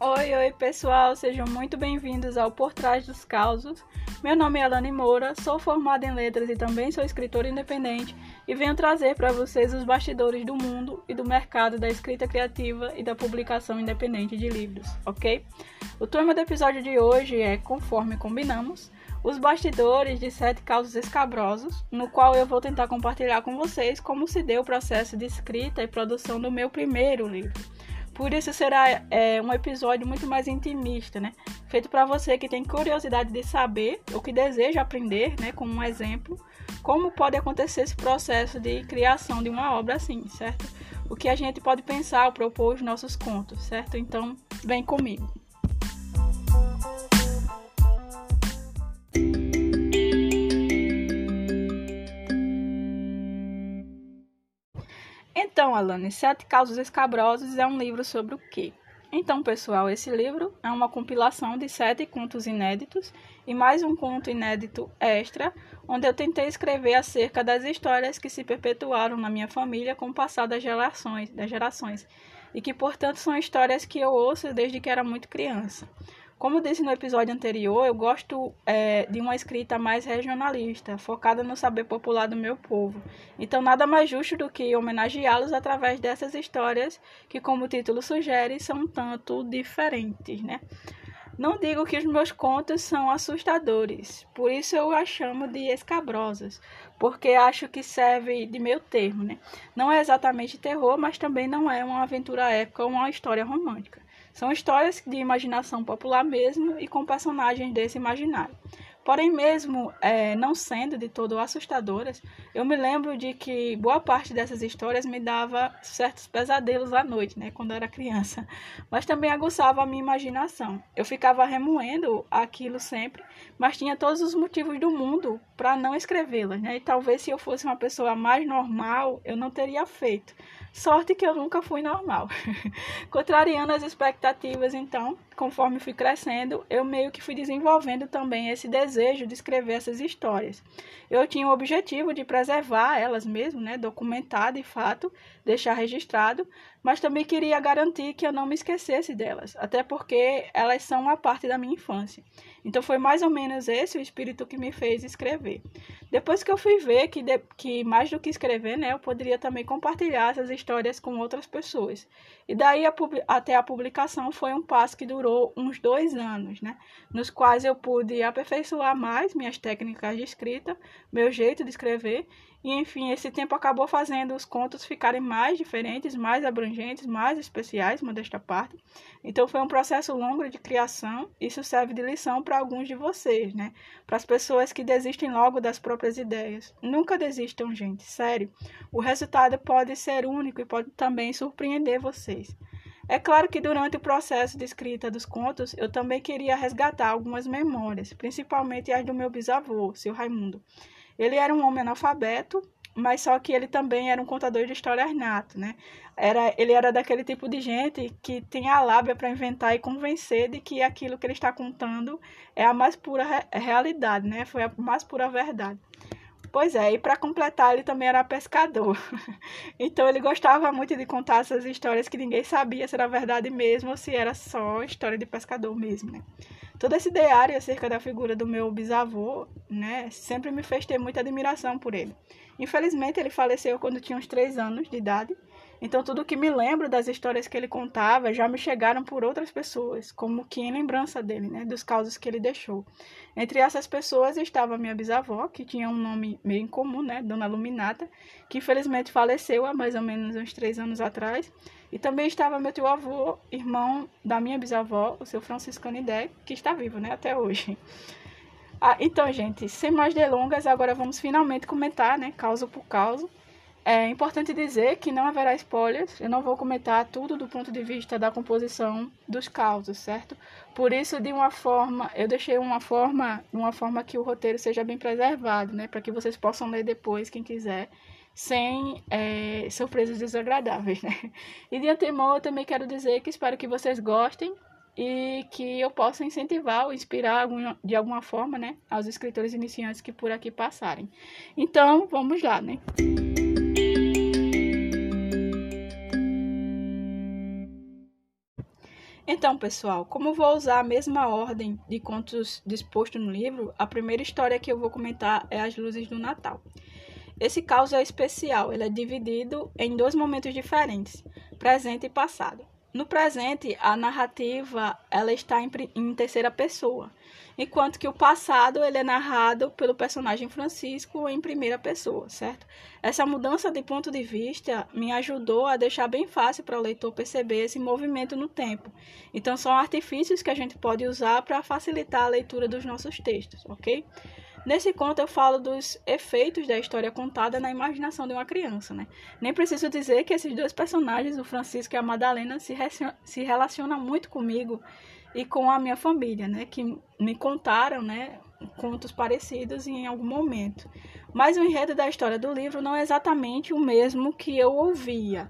Oi, pessoal, sejam muito bem-vindos ao Por Trás dos Causos. Meu nome é Alane Moura, sou formada em letras e também sou escritora independente e venho trazer para vocês os bastidores do mundo e do mercado da escrita criativa e da publicação independente de livros, ok? O tema do episódio de hoje é, conforme combinamos, os bastidores de 7 causos escabrosos, no qual eu vou tentar compartilhar com vocês como se deu o processo de escrita e produção do meu primeiro livro. Por isso será um episódio muito mais intimista, né? Feito para você que tem curiosidade de saber, ou que deseja aprender, né? Como um exemplo, como pode acontecer esse processo de criação de uma obra assim, certo? O que a gente pode pensar ou propor os nossos contos, certo? Então, vem comigo. Então, Alane, 7 Causos Escabrosos é um livro sobre o quê? Então, pessoal, esse livro é uma compilação de 7 contos inéditos e mais um conto inédito extra, onde eu tentei escrever acerca das histórias que se perpetuaram na minha família com o passar das gerações, e que, portanto, são histórias que eu ouço desde que era muito criança. Como disse no episódio anterior, eu gosto de uma escrita mais regionalista, focada no saber popular do meu povo. Então, nada mais justo do que homenageá-los através dessas histórias que, como o título sugere, são um tanto diferentes, né? Não digo que os meus contos são assustadores, por isso eu as chamo de escabrosas, porque acho que serve de meio termo, né? Não é exatamente terror, mas também não é uma aventura épica ou uma história romântica. São histórias de imaginação popular mesmo e com personagens desse imaginário. Porém, mesmo não sendo de todo assustadoras, eu me lembro de que boa parte dessas histórias me dava certos pesadelos à noite, né, quando eu era criança. Mas também aguçava a minha imaginação. Eu ficava remoendo aquilo sempre, mas tinha todos os motivos do mundo para não escrevê-las, né? E talvez se eu fosse uma pessoa mais normal, eu não teria feito. Sorte que eu nunca fui normal. Contrariando as expectativas, então, conforme fui crescendo, eu meio que fui desenvolvendo também esse desejo de escrever essas histórias. Eu tinha o objetivo de preservar elas mesmo, né, documentar de fato, deixar registrado, mas também queria garantir que eu não me esquecesse delas, até porque elas são uma parte da minha infância. Então foi mais ou menos esse o espírito que me fez escrever. Depois que eu fui ver que mais do que escrever, né, eu poderia também compartilhar essas histórias com outras pessoas. E daí até a publicação foi um passo que durou uns 2 anos, né, nos quais eu pude aperfeiçoar mais minhas técnicas de escrita, meu jeito de escrever, e enfim, esse tempo acabou fazendo os contos ficarem mais diferentes, mais abrangentes, mais especiais, modesta parte. Então foi um processo longo de criação, isso serve de lição para alguns de vocês, né? Para as pessoas que desistem logo das próprias ideias. Nunca desistam, gente, sério. O resultado pode ser único e pode também surpreender vocês. É claro que durante o processo de escrita dos contos, eu também queria resgatar algumas memórias, principalmente as do meu bisavô, seu Raimundo. Ele era um homem analfabeto, mas só que ele também era um contador de histórias nato, né? Ele era daquele tipo de gente que tem a lábia para inventar e convencer de que aquilo que ele está contando é a mais pura realidade, né? Foi a mais pura verdade. Pois é, e para completar, ele também era pescador. Então ele gostava muito de contar essas histórias que ninguém sabia se era verdade mesmo ou se era só história de pescador mesmo, né? Todo esse diário acerca da figura do meu bisavô, né, sempre me fez ter muita admiração por ele. Infelizmente, ele faleceu quando tinha uns 3 anos de idade, então tudo que me lembro das histórias que ele contava já me chegaram por outras pessoas, como que em lembrança dele, né, dos causos que ele deixou. Entre essas pessoas estava a minha bisavó, que tinha um nome meio incomum, né, Dona Luminata, que infelizmente faleceu há mais ou menos uns 3 anos atrás. E também estava meu tio-avô, irmão da minha bisavó, o seu Francisco Canidé, que está vivo, né, até hoje. Então, gente, sem mais delongas, agora vamos finalmente comentar, né, causa por causa. É importante dizer que não haverá spoilers, eu não vou comentar tudo do ponto de vista da composição dos causos, certo? Por isso, eu deixei uma forma que o roteiro seja bem preservado, né, para que vocês possam ler depois, quem quiser, sem surpresas desagradáveis, né? E de antemão eu também quero dizer que espero que vocês gostem e que eu possa incentivar ou inspirar de alguma forma, né, aos escritores iniciantes que por aqui passarem. Então, vamos lá, né? Então, pessoal, como eu vou usar a mesma ordem de contos disposto no livro, a primeira história que eu vou comentar é As Luzes do Natal. Esse caos é especial, ele é dividido em dois momentos diferentes, presente e passado. No presente, a narrativa ela está em terceira pessoa, enquanto que o passado ele é narrado pelo personagem Francisco em primeira pessoa, certo? Essa mudança de ponto de vista me ajudou a deixar bem fácil para o leitor perceber esse movimento no tempo. Então, são artifícios que a gente pode usar para facilitar a leitura dos nossos textos, ok? Nesse conto eu falo dos efeitos da história contada na imaginação de uma criança, né? Nem preciso dizer que esses dois personagens, o Francisco e a Madalena, se relacionam muito comigo e com a minha família, né? Que me contaram, né, contos parecidos em algum momento. Mas o enredo da história do livro não é exatamente o mesmo que eu ouvia.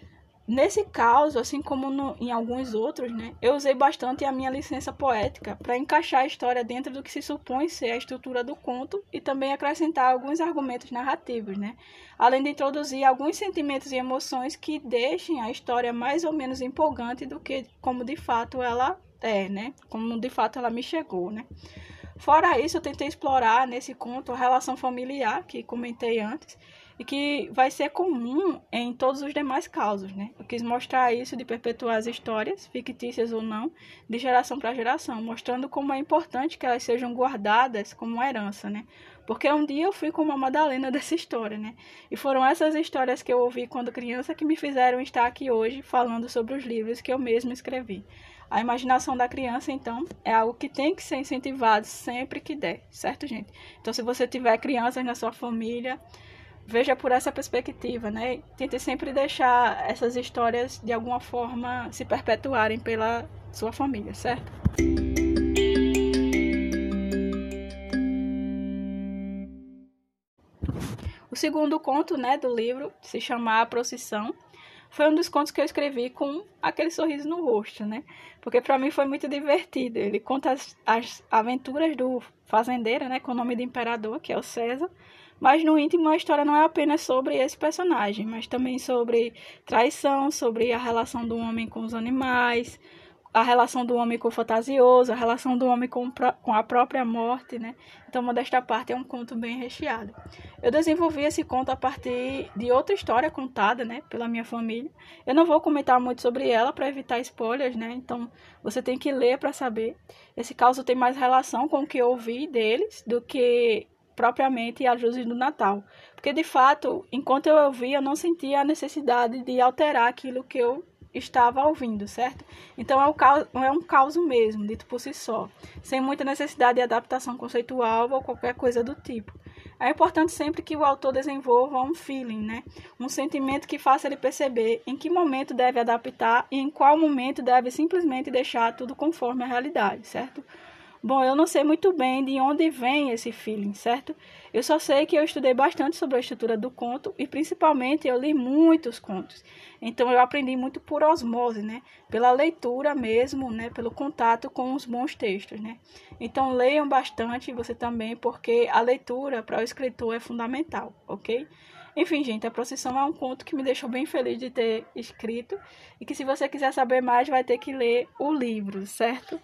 Nesse caso, assim como em alguns outros, né, eu usei bastante a minha licença poética para encaixar a história dentro do que se supõe ser a estrutura do conto e também acrescentar alguns argumentos narrativos, né, além de introduzir alguns sentimentos e emoções que deixem a história mais ou menos empolgante do que como de fato ela é, né, como de fato ela me chegou, né. Fora isso, eu tentei explorar nesse conto a relação familiar, que comentei antes, e que vai ser comum em todos os demais causos, né? Eu quis mostrar isso de perpetuar as histórias, fictícias ou não, de geração para geração, mostrando como é importante que elas sejam guardadas como uma herança, né? Porque um dia eu fui como a Madalena dessa história, né? E foram essas histórias que eu ouvi quando criança que me fizeram estar aqui hoje falando sobre os livros que eu mesma escrevi. A imaginação da criança, então, é algo que tem que ser incentivado sempre que der, certo, gente? Então, se você tiver crianças na sua família, veja por essa perspectiva, né? Tente sempre deixar essas histórias, de alguma forma, se perpetuarem pela sua família, certo? O segundo conto, né, do livro se chama A Procissão. Foi um dos contos que eu escrevi com aquele sorriso no rosto, né? Porque para mim foi muito divertido. Ele conta as aventuras do fazendeiro, né, com o nome de imperador, que é o César. Mas no íntimo a história não é apenas sobre esse personagem, mas também sobre traição, sobre a relação do homem com os animais, a relação do homem com o fantasioso, a relação do homem com a própria morte, né? Então, modéstia à parte, é um conto bem recheado. Eu desenvolvi esse conto a partir de outra história contada, né, pela minha família. Eu não vou comentar muito sobre ela para evitar spoilers, né? Então, você tem que ler para saber. Esse caso tem mais relação com o que eu ouvi deles do que propriamente As Luzes do Natal. Porque, de fato, enquanto eu ouvia, eu não sentia a necessidade de alterar aquilo que eu estava ouvindo, certo? Então é um caos mesmo, dito por si só, sem muita necessidade de adaptação conceitual ou qualquer coisa do tipo. É importante sempre que o autor desenvolva um feeling, né? Um sentimento que faça ele perceber em que momento deve adaptar e em qual momento deve simplesmente deixar tudo conforme a realidade, certo? Bom, eu não sei muito bem de onde vem esse feeling, certo? Eu só sei que eu estudei bastante sobre a estrutura do conto e, principalmente, eu li muitos contos. Então, eu aprendi muito por osmose, né? Pela leitura mesmo, né? Pelo contato com os bons textos, né? Então, leiam bastante, você também, porque a leitura para o escritor é fundamental, ok? Enfim, gente, A Procissão é um conto que me deixou bem feliz de ter escrito e que, se você quiser saber mais, vai ter que ler o livro, certo?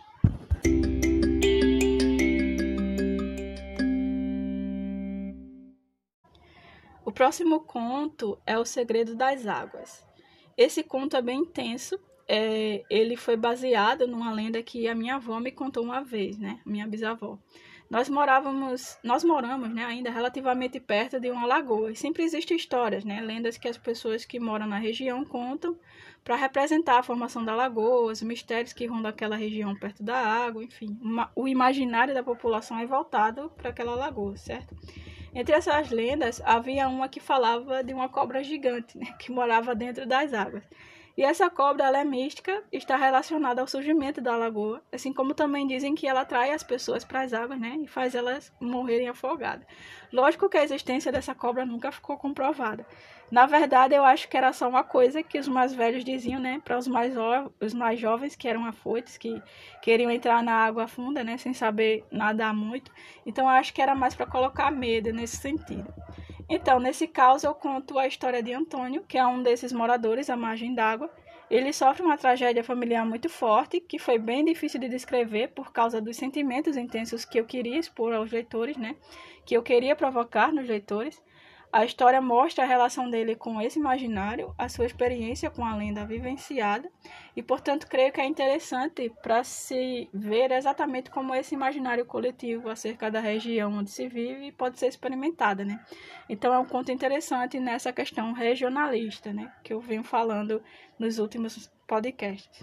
O próximo conto é O Segredo das Águas. Esse conto é bem intenso. Ele foi baseado numa lenda que a minha avó me contou uma vez, né? Minha bisavó. Nós moramos, né, ainda relativamente perto de uma lagoa. E sempre existem histórias, né? Lendas que as pessoas que moram na região contam para representar a formação da lagoa, os mistérios que rondam aquela região perto da água, enfim. O imaginário da população é voltado para aquela lagoa, certo? Entre essas lendas, havia uma que falava de uma cobra gigante, né, que morava dentro das águas. E essa cobra, ela é mística, está relacionada ao surgimento da lagoa, assim como também dizem que ela atrai as pessoas para as águas, né, e faz elas morrerem afogadas. Lógico que a existência dessa cobra nunca ficou comprovada. Na verdade, eu acho que era só uma coisa que os mais velhos diziam, né, para os mais jovens, que eram afoitos, que queriam entrar na água funda, né, sem saber nadar muito. Então, eu acho que era mais para colocar medo nesse sentido. Então, nesse caso, eu conto a história de Antônio, que é um desses moradores à margem d'água, Ele sofre uma tragédia familiar muito forte, que foi bem difícil de descrever por causa dos sentimentos intensos que eu queria expor aos leitores, né? Que eu queria provocar nos leitores. A história mostra a relação dele com esse imaginário, a sua experiência com a lenda vivenciada, e, portanto, creio que é interessante para se ver exatamente como esse imaginário coletivo acerca da região onde se vive pode ser experimentada, né? Então, é um conto interessante nessa questão regionalista, né? Que eu venho falando nos últimos podcasts.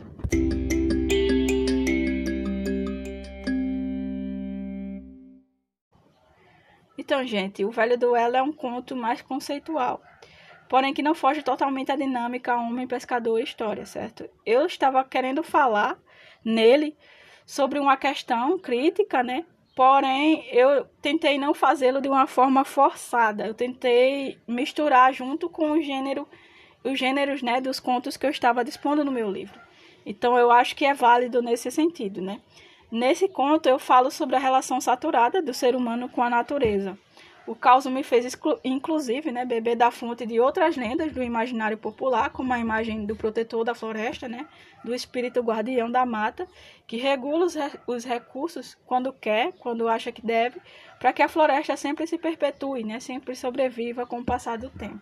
Então, gente, O Velho Duelo é um conto mais conceitual, porém que não foge totalmente à dinâmica homem, pescador e história, certo? Eu estava querendo falar nele sobre uma questão crítica, né? Porém, eu tentei não fazê-lo de uma forma forçada. Eu tentei misturar junto com os gêneros, né, dos contos que eu estava dispondo no meu livro. Então, eu acho que é válido nesse sentido, né? Nesse conto, eu falo sobre a relação saturada do ser humano com a natureza. O caos me fez, inclusive, né, beber da fonte de outras lendas do imaginário popular, como a imagem do protetor da floresta, né, do espírito guardião da mata, que regula os recursos quando quer, quando acha que deve, para que a floresta sempre se perpetue, né, sempre sobreviva com o passar do tempo.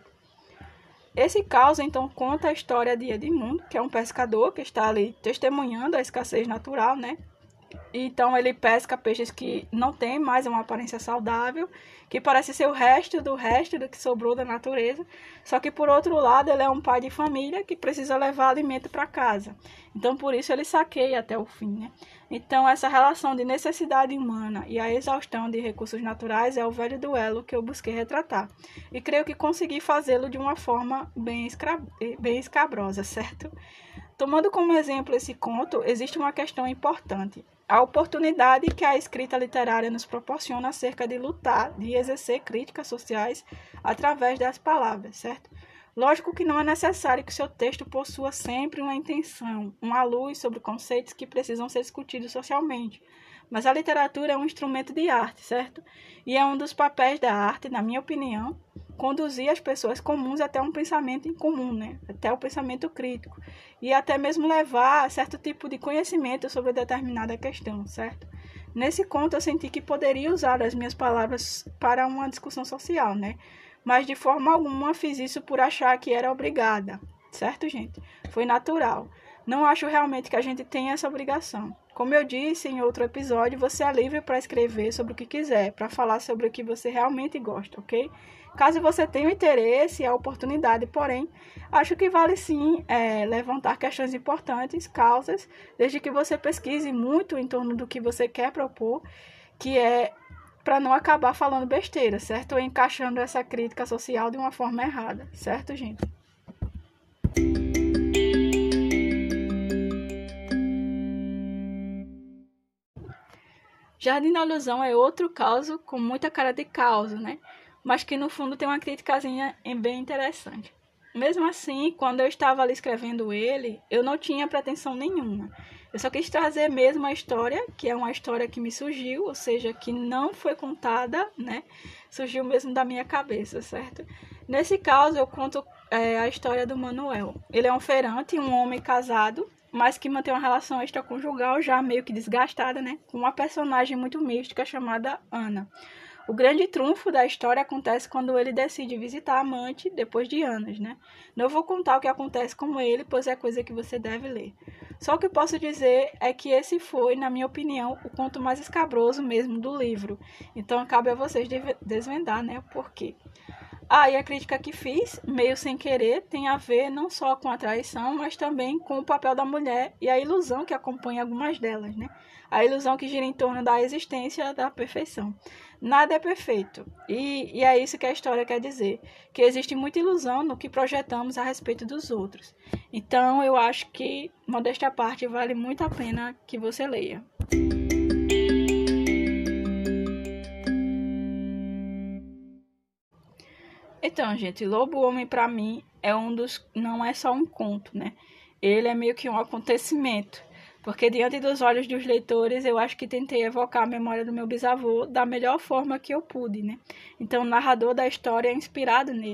Esse caos, então, conta a história de Edmundo, que é um pescador que está ali testemunhando a escassez natural, né? Então ele pesca peixes que não têm mais uma aparência saudável, que parece ser o resto do que sobrou da natureza. Só que por outro lado ele é um pai de família que precisa levar alimento para casa. Então por isso ele saqueia até o fim, né? Então essa relação de necessidade humana e a exaustão de recursos naturais é o velho duelo que eu busquei retratar. E creio que consegui fazê-lo de uma forma bem escabrosa, certo? Tomando como exemplo esse conto, existe uma questão importante. A oportunidade que a escrita literária nos proporciona acerca de lutar, de exercer críticas sociais através das palavras, certo? Lógico que não é necessário que o seu texto possua sempre uma intenção, uma luz sobre conceitos que precisam ser discutidos socialmente. Mas a literatura é um instrumento de arte, certo? E é um dos papéis da arte, na minha opinião, conduzir as pessoas comuns até um pensamento em comum, né? Até o pensamento crítico. E até mesmo levar a certo tipo de conhecimento sobre determinada questão, certo? Nesse conto eu senti que poderia usar as minhas palavras para uma discussão social, né? Mas de forma alguma fiz isso por achar que era obrigada, certo, gente? Foi natural. Não acho realmente que a gente tenha essa obrigação. Como eu disse em outro episódio, você é livre para escrever sobre o que quiser, para falar sobre o que você realmente gosta, ok? Caso você tenha o interesse e a oportunidade, porém, acho que vale sim levantar questões importantes, causas, desde que você pesquise muito em torno do que você quer propor, que é para não acabar falando besteira, certo? Ou encaixando essa crítica social de uma forma errada, certo, gente? Jardim da Ilusão é outro caso com muita cara de caos, né? Mas que no fundo tem uma criticazinha bem interessante. Mesmo assim, quando eu estava ali escrevendo ele, eu não tinha pretensão nenhuma. Eu só quis trazer mesmo a história, que é uma história que me surgiu, ou seja, que não foi contada, né? Surgiu mesmo da minha cabeça, certo? Nesse caso, eu conto a história do Manuel. Ele é um feirante, um homem casado, mas que mantém uma relação extraconjugal já meio que desgastada, né? Com uma personagem muito mística chamada Ana. O grande trunfo da história acontece quando ele decide visitar a amante depois de anos, né? Não vou contar o que acontece com ele, pois é coisa que você deve ler. Só o que posso dizer é que esse foi, na minha opinião, o conto mais escabroso mesmo do livro. Então, cabe a vocês desvendar, né, o porquê. E a crítica que fiz, meio sem querer, tem a ver não só com a traição, mas também com o papel da mulher e a ilusão que acompanha algumas delas, né? A ilusão que gira em torno da existência da perfeição. Nada é perfeito. E é isso que a história quer dizer, que existe muita ilusão no que projetamos a respeito dos outros. Então, eu acho que, modéstia à parte, vale muito a pena que você leia. Então, gente, Lobo Homem pra mim não é só um conto, né? Ele é meio que um acontecimento, porque diante dos olhos dos leitores eu acho que tentei evocar a memória do meu bisavô da melhor forma que eu pude, né? Então o narrador da história é inspirado nele.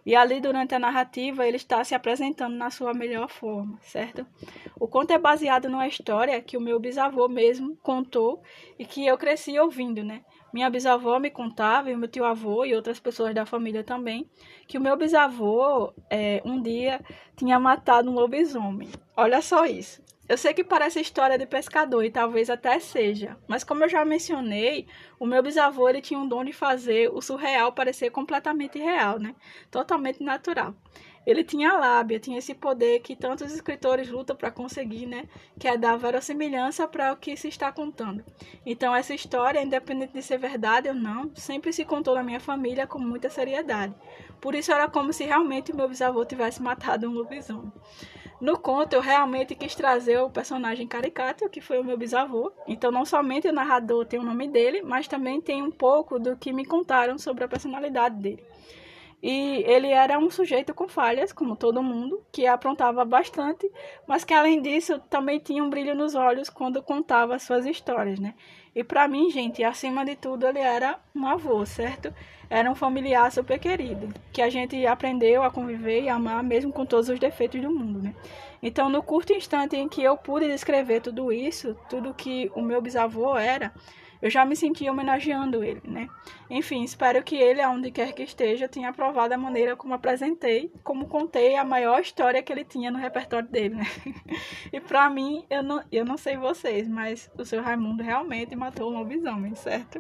E ali, durante a narrativa, ele está se apresentando na sua melhor forma, certo? O conto é baseado numa história que o meu bisavô mesmo contou e que eu cresci ouvindo, né? Minha bisavó me contava, e o meu tio-avô e outras pessoas da família também, que o meu bisavô, um dia, tinha matado um lobisomem. Olha só isso. Eu sei que parece história de pescador e talvez até seja, mas como eu já mencionei, o meu bisavô ele tinha um dom de fazer o surreal parecer completamente real, né? Totalmente natural. Ele tinha lábia, tinha esse poder que tantos escritores lutam para conseguir, né? Que é dar verossimilhança para o que se está contando. Então essa história, independente de ser verdade ou não, sempre se contou na minha família com muita seriedade. Por isso era como se realmente o meu bisavô tivesse matado um lobisomem. No conto, eu realmente quis trazer o personagem caricato, que foi o meu bisavô. Então, não somente o narrador tem o nome dele, mas também tem um pouco do que me contaram sobre a personalidade dele. E ele era um sujeito com falhas, como todo mundo, que aprontava bastante, mas que, além disso, também tinha um brilho nos olhos quando contava suas histórias, né? E para mim, gente, acima de tudo, ele era um avô, certo? Era um familiar super querido, que a gente aprendeu a conviver e amar mesmo com todos os defeitos do mundo, né? Então, no curto instante em que eu pude descrever tudo isso, tudo que o meu bisavô era, eu já me senti homenageando ele, né? Enfim, espero que ele, aonde quer que esteja, tenha aprovado a maneira como apresentei, como contei a maior história que ele tinha no repertório dele, né? E pra mim, eu não sei vocês, mas o seu Raimundo realmente matou um lobisomem, certo?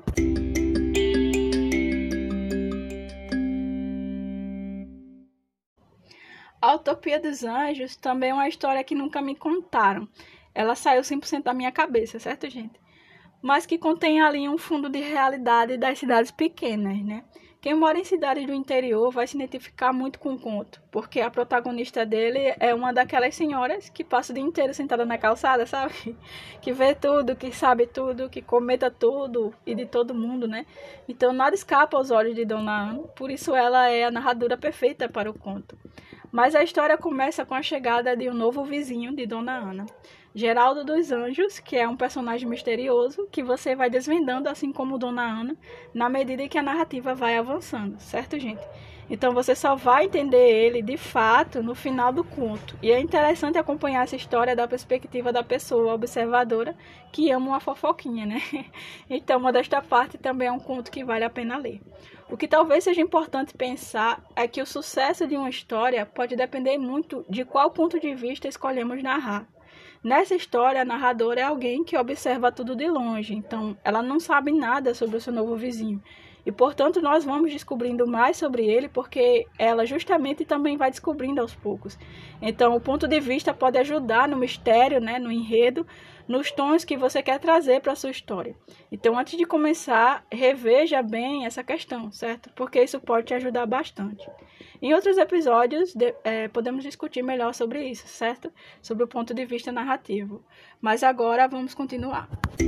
A Utopia dos Anjos também é uma história que nunca me contaram. Ela saiu 100% da minha cabeça, certo, gente? Mas que contém ali um fundo de realidade das cidades pequenas, né? Quem mora em cidades do interior vai se identificar muito com o conto, porque a protagonista dele é uma daquelas senhoras que passa o dia inteiro sentada na calçada, sabe? Que vê tudo, que sabe tudo, que comenta tudo e de todo mundo, né? Então nada escapa aos olhos de Dona Ana, por isso ela é a narradora perfeita para o conto. Mas a história começa com a chegada de um novo vizinho de Dona Ana, Geraldo dos Anjos, que é um personagem misterioso que você vai desvendando, assim como Dona Ana, na medida que a narrativa vai avançando, certo, gente? Então você só vai entender ele de fato no final do conto. E é interessante acompanhar essa história da perspectiva da pessoa observadora que ama uma fofoquinha, né? Então, modesta parte também é um conto que vale a pena ler. O que talvez seja importante pensar é que o sucesso de uma história pode depender muito de qual ponto de vista escolhemos narrar. Nessa história, a narradora é alguém que observa tudo de longe, então ela não sabe nada sobre o seu novo vizinho. E, portanto, nós vamos descobrindo mais sobre ele porque ela justamente também vai descobrindo aos poucos. Então, o ponto de vista pode ajudar no mistério, né, no enredo, nos tons que você quer trazer para a sua história. Então, antes de começar, reveja bem essa questão, certo? Porque isso pode te ajudar bastante. Em outros episódios, podemos discutir melhor sobre isso, certo? Sobre o ponto de vista narrativo. Mas agora vamos continuar.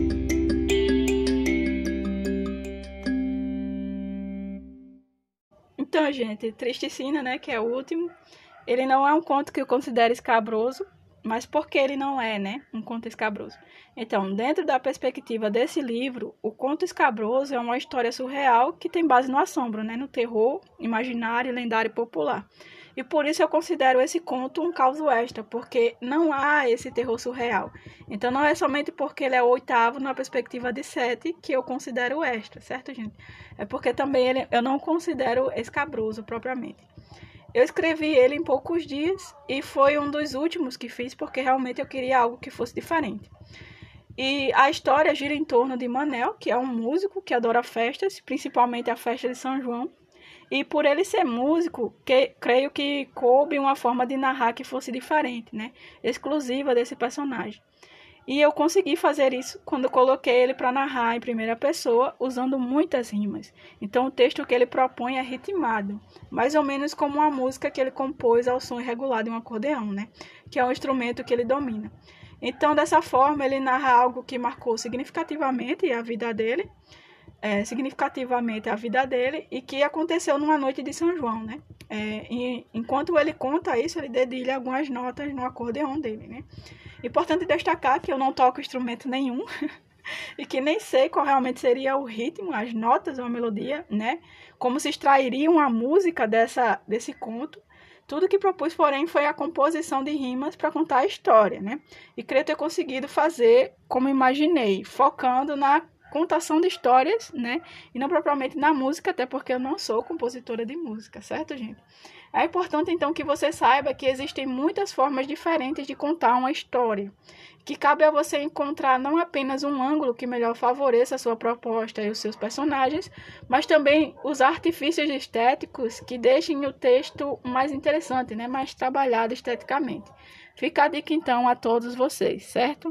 Então, gente, Tristicina, né, que é o último, ele não é um conto que eu considero escabroso, mas por que ele não é, né, um conto escabroso? Então, dentro da perspectiva desse livro, o conto escabroso é uma história surreal que tem base no assombro, né, no terror imaginário, lendário e popular. E por isso eu considero esse conto um causo extra, porque não há esse terror surreal. Então não é somente porque ele é o 8º na perspectiva de 7 que eu considero extra, certo, gente? É porque também eu não considero escabroso propriamente. Eu escrevi ele em poucos dias e foi um dos últimos que fiz porque realmente eu queria algo que fosse diferente. E a história gira em torno de Manel, que é um músico que adora festas, principalmente a festa de São João. E por ele ser músico, creio que coube uma forma de narrar que fosse diferente, né? Exclusiva desse personagem. E eu consegui fazer isso quando coloquei ele para narrar em primeira pessoa, usando muitas rimas. Então o texto que ele propõe é ritmado, mais ou menos como uma música que ele compôs ao som irregular de um acordeão, né? Que é um instrumento que ele domina. Então, dessa forma, ele narra algo que marcou significativamente a vida dele, e que aconteceu numa noite de São João, né? Enquanto ele conta isso, ele dedilha algumas notas no acordeão dele, né? Importante destacar que eu não toco instrumento nenhum, e que nem sei qual realmente seria o ritmo, as notas ou a melodia, né? Como se extrairia uma música desse conto. Tudo que propus, porém, foi a composição de rimas para contar a história, né? E creio ter conseguido fazer como imaginei, focando na contação de histórias, né? E não propriamente na música, até porque eu não sou compositora de música, certo, gente? É importante, então, que você saiba que existem muitas formas diferentes de contar uma história, que cabe a você encontrar não apenas um ângulo que melhor favoreça a sua proposta e os seus personagens, mas também os artifícios estéticos que deixem o texto mais interessante, né? Mais trabalhado esteticamente. Fica a dica, então, a todos vocês, certo?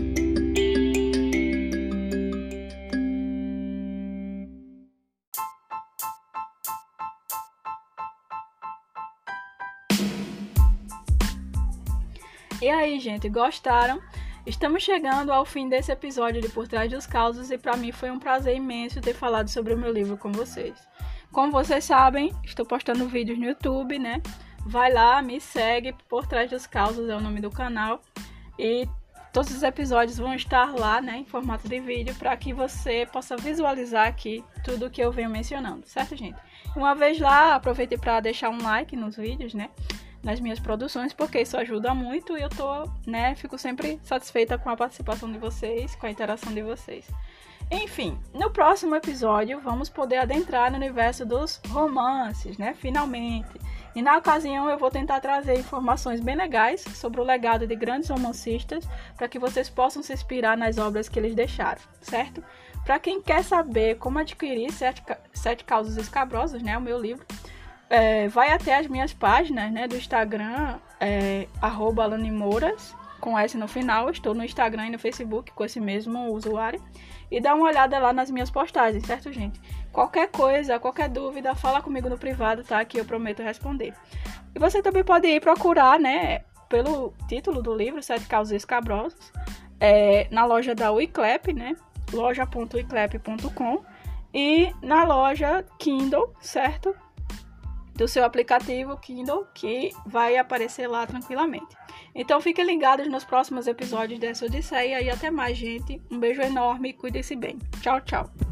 E aí, gente, gostaram? Estamos chegando ao fim desse episódio de Por Trás dos Causos e para mim foi um prazer imenso ter falado sobre o meu livro com vocês. Como vocês sabem, estou postando vídeos no YouTube, né? Vai lá, me segue, Por Trás dos Causos é o nome do canal. E todos os episódios vão estar lá, né, em formato de vídeo, para que você possa visualizar aqui tudo o que eu venho mencionando, certo, gente? Uma vez lá, aproveitei para deixar um like nos vídeos, né? Nas minhas produções, porque isso ajuda muito e eu fico sempre satisfeita com a participação de vocês, com a interação de vocês. Enfim, no próximo episódio vamos poder adentrar no universo dos romances, né? Finalmente. E na ocasião eu vou tentar trazer informações bem legais sobre o legado de grandes romancistas para que vocês possam se inspirar nas obras que eles deixaram, certo? Para quem quer saber como adquirir Sete Causas Escabrosas, né? O meu livro. Vai até as minhas páginas, né, do Instagram, @alanimouras, com S no final. Estou no Instagram e no Facebook com esse mesmo usuário. E dá uma olhada lá nas minhas postagens, certo, gente? Qualquer coisa, qualquer dúvida, fala comigo no privado, tá? Que eu prometo responder. E você também pode ir procurar, né, pelo título do livro, Sete Causas Escabrosas, na loja da Wiclap, né? loja.wiclap.com e na loja Kindle, certo? Do seu aplicativo Kindle, que vai aparecer lá tranquilamente. Então fiquem ligados nos próximos episódios dessa Odisseia e até mais, gente. Um beijo enorme e cuide-se bem. Tchau, tchau.